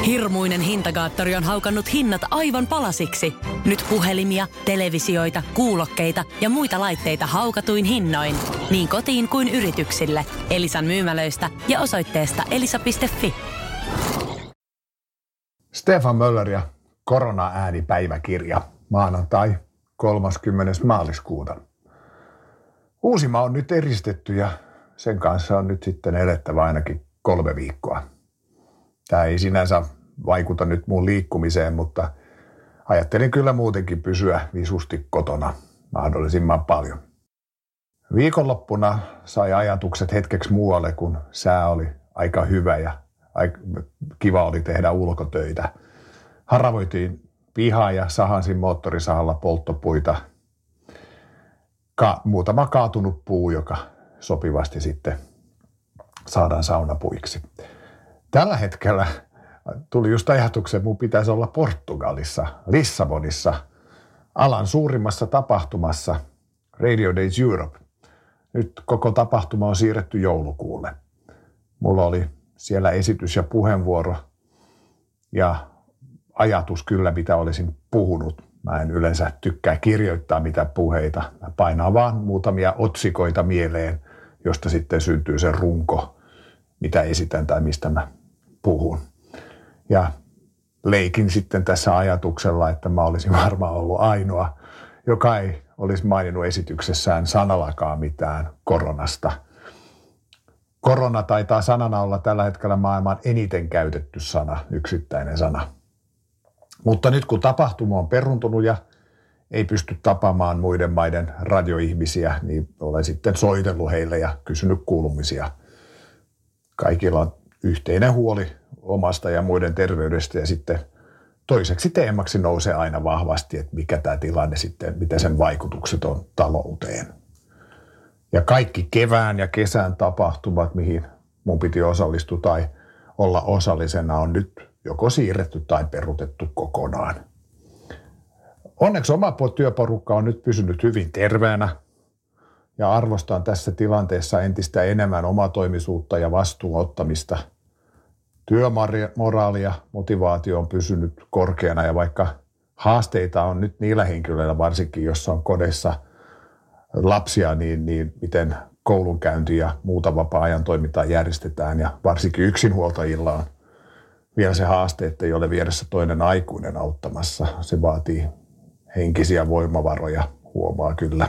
Hirmuinen hintakaattori on haukannut hinnat aivan palasiksi. Nyt puhelimia, televisioita, kuulokkeita ja muita laitteita haukatuin hinnoin. Niin kotiin kuin yrityksille. Elisan myymälöistä ja osoitteesta elisa.fi. Stefan Möller ja korona-äänipäiväkirja. Maanantai 30. maaliskuuta. Uusimaa on nyt eristetty ja sen kanssa on nyt sitten elettävä ainakin 3 viikkoa. Tämä ei sinänsä vaikuta nyt mun liikkumiseen, mutta ajattelin kyllä muutenkin pysyä visusti kotona mahdollisimman paljon. Viikonloppuna sai ajatukset hetkeksi muualle, kun sää oli aika hyvä ja kiva oli tehdä ulkotöitä. Haravoitiin pihaa ja sahansin moottorisahalla polttopuita. Muutama kaatunut puu, joka sopivasti sitten saadaan saunapuiksi. Tällä hetkellä tuli just ajatuksen, että mun pitäisi olla Portugalissa, Lissabonissa, alan suurimmassa tapahtumassa, Radio Days Europe. Nyt koko tapahtuma on siirretty joulukuulle. Mulla oli siellä esitys ja puheenvuoro ja ajatus kyllä, mitä olisin puhunut. Mä en yleensä tykkää kirjoittaa mitään puheita. Mä painaan vaan muutamia otsikoita mieleen, josta sitten syntyy se runko, mitä esitän tai mistä mä puhun. Ja leikin sitten tässä ajatuksella, että mä olisin varmaan ollut ainoa, joka ei olisi maininnut esityksessään sanallakaan mitään koronasta. Korona taitaa sanana olla tällä hetkellä maailman eniten käytetty sana, yksittäinen sana. Mutta nyt kun tapahtuma on peruuntunut ja ei pysty tapaamaan muiden maiden radioihmisiä, niin olen sitten soitellut heille ja kysynyt kuulumisia. Kaikilla on yhteinen huoli omasta ja muiden terveydestä ja sitten toiseksi teemaksi nousee aina vahvasti, että mikä tämä tilanne sitten, mitä sen vaikutukset on talouteen. Ja kaikki kevään ja kesän tapahtumat, mihin mun piti osallistua tai olla osallisena, on nyt joko siirretty tai peruutettu kokonaan. Onneksi oma työporukka on nyt pysynyt hyvin terveenä ja arvostan tässä tilanteessa entistä enemmän omatoimisuutta ja vastuun ottamista. Työmoraali ja motivaatio on pysynyt korkeana ja vaikka haasteita on nyt niillä henkilöillä varsinkin, jossa on kodeissa lapsia, niin miten koulunkäynti ja muuta vapaa-ajan toimintaa järjestetään ja varsinkin yksinhuoltajilla on vielä se haaste, että ei ole vieressä toinen aikuinen auttamassa. Se vaatii henkisiä voimavaroja, huomaa kyllä.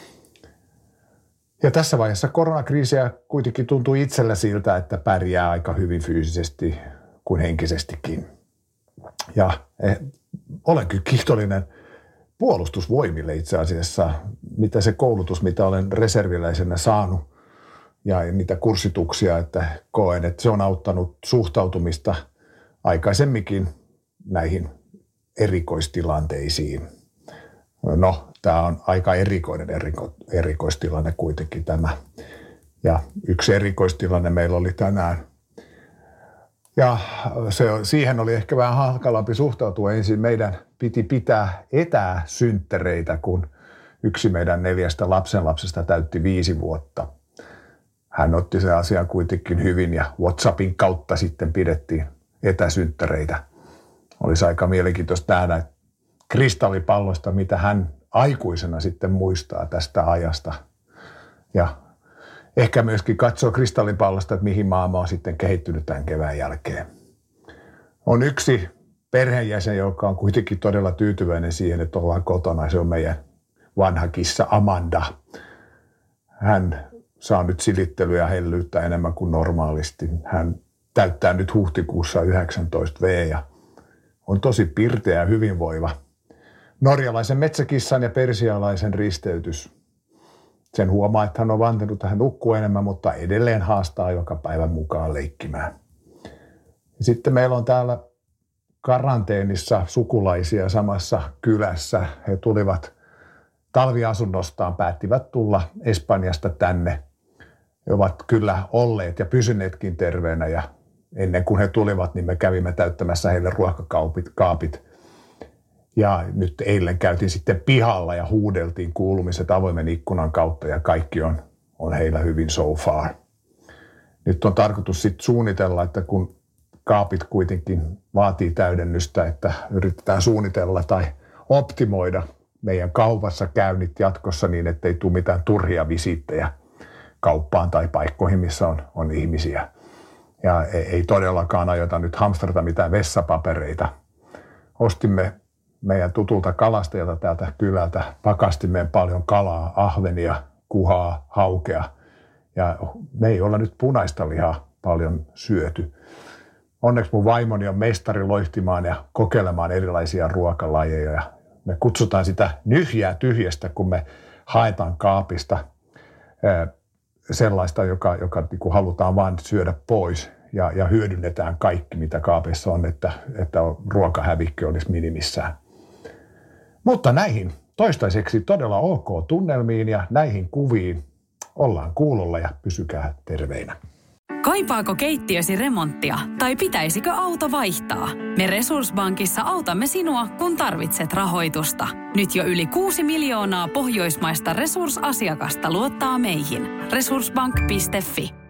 Ja tässä vaiheessa koronakriisiä kuitenkin tuntuu itsellä siltä, että pärjää aika hyvin fyysisesti kuin henkisestikin. Ja olen kyllä kiitollinen puolustusvoimille itse asiassa, mitä se koulutus, mitä olen reserviläisenä saanut ja niitä kurssituksia, että koen, että se on auttanut suhtautumista aikaisemminkin näihin erikoistilanteisiin. No, tämä on aika erikoinen erikoistilanne kuitenkin tämä. Ja yksi erikoistilanne meillä oli tänään. Ja siihen oli ehkä vähän hankalampi suhtautua. Ensin meidän piti pitää etäsynttereitä, kun yksi meidän 4 lapsenlapsesta täytti 5 vuotta. Hän otti sen asian kuitenkin hyvin ja WhatsAppin kautta sitten pidettiin etäsynttereitä. Olisi aika mielenkiintoista nähdä kristallipallosta, mitä hän aikuisena sitten muistaa tästä ajasta. Ja ehkä myöskin katsoo kristallipallosta, että mihin maailma on sitten kehittynyt tämän kevään jälkeen. On yksi perheenjäsen, joka on kuitenkin todella tyytyväinen siihen, että ollaan kotona. Se on meidän vanha kissa Amanda. Hän saa nyt silittelyä ja hellyyttä enemmän kuin normaalisti. Hän täyttää nyt huhtikuussa 19 V ja on tosi pirteä ja hyvinvoiva. Norjalaisen metsäkissan ja persialaisen risteytys. Sen huomaa, että hän on vantenut, että hän nukkuu enemmän, mutta edelleen haastaa joka päivän mukaan leikkimään. Ja sitten meillä on täällä karanteenissa sukulaisia samassa kylässä. He tulivat talviasunnostaan, päättivät tulla Espanjasta tänne. He ovat kyllä olleet ja pysyneetkin terveenä ja ennen kuin he tulivat, niin me kävimme täyttämässä heille ruokakaapit. Ja nyt eilen käytiin sitten pihalla ja huudeltiin kuulumiset avoimen ikkunan kautta ja kaikki on heillä hyvin so far. Nyt on tarkoitus sitten suunnitella, että kun kaapit kuitenkin vaatii täydennystä, että yritetään suunnitella tai optimoida meidän kaupassa käynnit jatkossa niin, ettei tule mitään turhia visiittejä kauppaan tai paikkoihin, missä on ihmisiä. Ja ei todellakaan aiota nyt hamstrata mitään vessapapereita. Ostimme meidän tutulta kalastajalta täältä kylältä pakastimeen paljon kalaa, ahvenia, kuhaa, haukea. Ja me ei olla nyt punaista lihaa paljon syöty. Onneksi mun vaimoni on mestari loihtimaan ja kokeilemaan erilaisia ruokalajeja. Ja me kutsutaan sitä nyhjää tyhjästä, kun me haetaan kaapista sellaista, joka niin kuin halutaan vaan syödä pois ja hyödynnetään kaikki, mitä kaapissa on, että ruokahävikki olisi minimissään. Mutta näihin toistaiseksi todella ok tunnelmiin ja näihin kuviin ollaan kuulolla ja pysykää terveinä. Kaipaako keittiösi remonttia tai pitäisikö auto vaihtaa? Me Resurssbankissa autamme sinua, kun tarvitset rahoitusta. Nyt jo yli 6 miljoonaa pohjoismaista resursasiakasta luottaa meihin. Resurssbank.fi